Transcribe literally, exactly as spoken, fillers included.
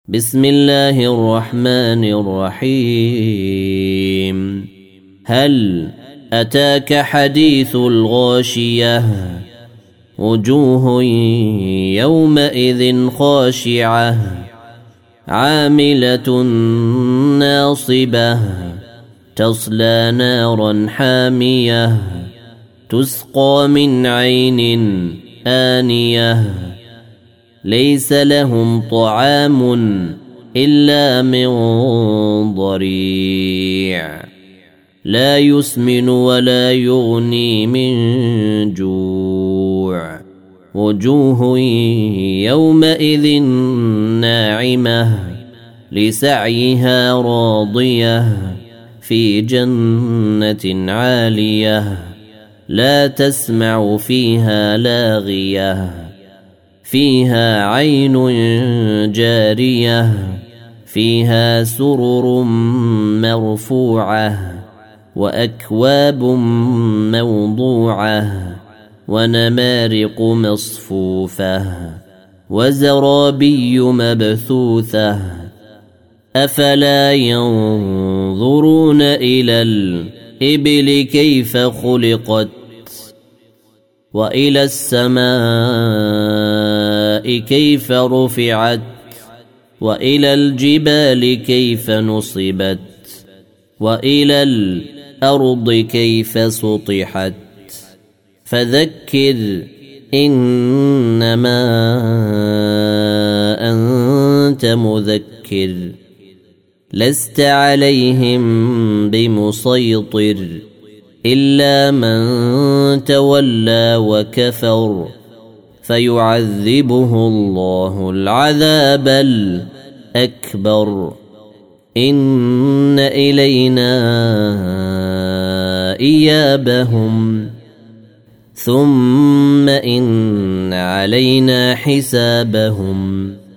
بسم الله الرحمن الرحيم هل أتاك حديث الغاشية وجوه يومئذ خاشعة عاملة ناصبة تصلى نارا حامية تسقى من عين آنية ليس لهم طعام إلا من ضريع لا يسمن ولا يغني من جوع وجوه يومئذ ناعمة لسعيها راضية في جنة عالية لا تسمع فيها لاغية فيها عين جارية فيها سرر مرفوعة وأكواب موضوعة ونمارق مصفوفة وزرابي مبثوثة أفلا ينظرون إلى الإبل كيف خلقت وإلى السماء كيف رفعت وإلى الجبال كيف نصبت وإلى الأرض كيف سطحت فذكر إنما أنت مذكر لست عليهم بمسيطر إلا من تولى وكفر فيعذبه الله العذاب الأكبر إن إلينا إيابهم ثم إن علينا حسابهم